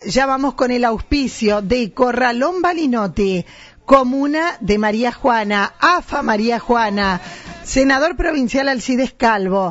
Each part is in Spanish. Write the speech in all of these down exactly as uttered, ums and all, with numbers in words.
ya vamos con el auspicio de Corralón Balinotti, Comuna de María Juana, A F A María Juana, Senador Provincial Alcides Calvo,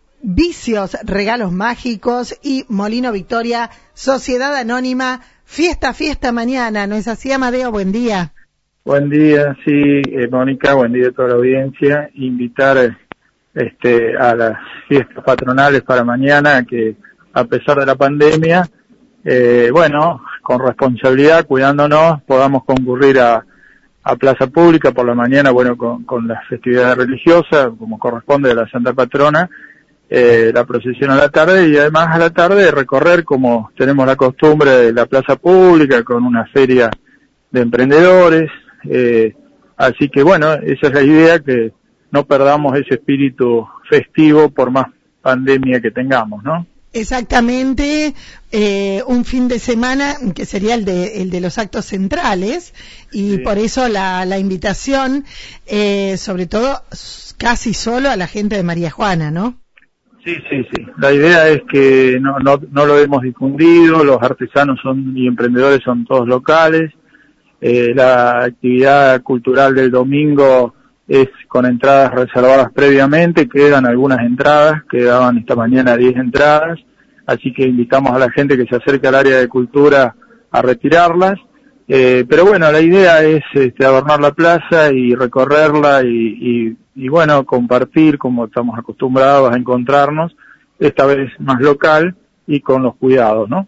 Vicios, Regalos Mágicos y Molino Victoria, Sociedad Anónima, Fiesta, Fiesta Mañana. ¿No es así, Amadeo? Buen día. Buen día, sí, eh, Mónica, buen día a toda la audiencia. Invitar este, a las fiestas patronales para mañana, que a pesar de la pandemia, eh, bueno, con responsabilidad, cuidándonos, podamos concurrir a, a Plaza Pública por la mañana, bueno, con, con las festividades religiosas, como corresponde a la Santa Patrona, eh, la procesión a la tarde, y además a la tarde recorrer, como tenemos la costumbre, de la Plaza Pública con una feria de emprendedores, eh, así que bueno, esa es la idea, que no perdamos ese espíritu festivo por más pandemia que tengamos, ¿no? Exactamente, eh, un fin de semana que sería el de el de los actos centrales, y sí, por eso la, la invitación, eh, sobre todo casi solo a la gente de María Juana, ¿no? Sí, sí, sí. La idea es que no, no, no lo hemos difundido, los artesanos son y emprendedores son todos locales, eh, la actividad cultural del domingo es con entradas reservadas previamente, quedan algunas entradas, quedaban esta mañana diez entradas, así que invitamos a la gente que se acerque al área de cultura a retirarlas, eh, pero bueno, la idea es este, adornar la plaza y recorrerla y, y, y bueno, compartir como estamos acostumbrados a encontrarnos, esta vez más local y con los cuidados, ¿no?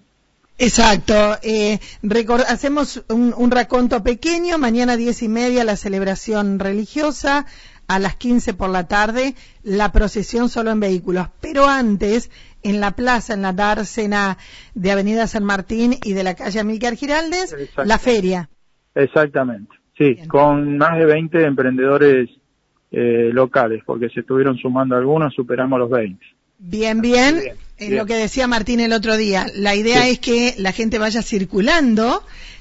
Exacto, eh, record- hacemos un, un raconto pequeño, mañana diez y media la celebración religiosa, a las quince por la tarde la procesión solo en vehículos, pero antes en la plaza, en la dársena de Avenida San Martín y de la calle Amílcar Giraldes, la feria. Exactamente, sí, bien, con más de veinte emprendedores eh, locales, porque se estuvieron sumando algunos, superamos los veinte. Bien, bien, bien, eh, bien. Lo que decía Martín el otro día, la idea sí. es que la gente vaya circulando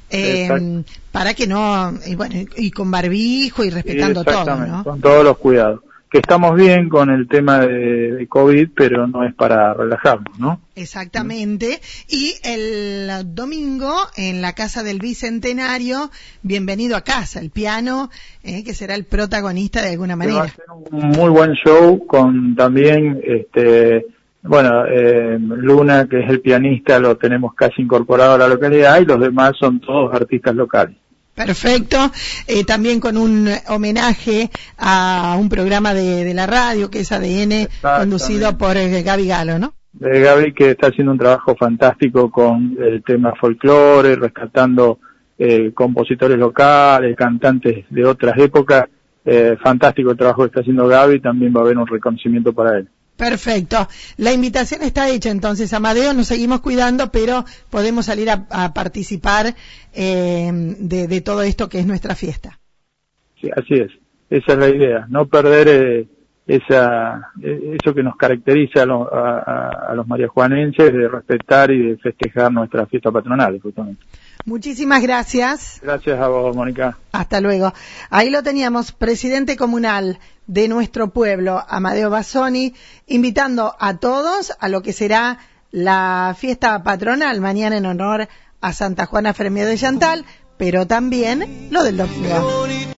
eh, para que no, y bueno, y con barbijo y respetando todo, ¿no? Con todos los cuidados. Que estamos bien con el tema de, de COVID, pero no es para relajarnos, ¿no? Exactamente. ¿Mm? Y el domingo, en la Casa del Bicentenario, Bienvenido a Casa, el piano, eh, que será el protagonista de alguna manera. Va a ser un muy buen show con también, este, bueno, eh, Luna, que es el pianista, lo tenemos casi incorporado a la localidad, y los demás son todos artistas locales. Perfecto, eh, también con un homenaje a un programa de, de la radio que es A D N, conducido por eh, Gaby Galo, ¿no? De Gaby, que está haciendo un trabajo fantástico con el tema folclore, rescatando eh, compositores locales, cantantes de otras épocas, eh, fantástico el trabajo que está haciendo Gaby, también va a haber un reconocimiento para él. Perfecto. La invitación está hecha entonces, Amadeo, nos seguimos cuidando, pero podemos salir a, a participar eh, de, de todo esto que es nuestra fiesta. Sí, así es. Esa es la idea, no perder eh, esa eso que nos caracteriza a, lo, a, a los mariajuanenses, de respetar y de festejar nuestras fiestas patronales, justamente. Muchísimas gracias. Gracias a vos, Mónica. Hasta luego. Ahí lo teníamos, presidente comunal de nuestro pueblo, Amadeo Bassoni, invitando a todos a lo que será la fiesta patronal mañana en honor a Santa Juana Fermio de Chantal, pero también lo del domingo.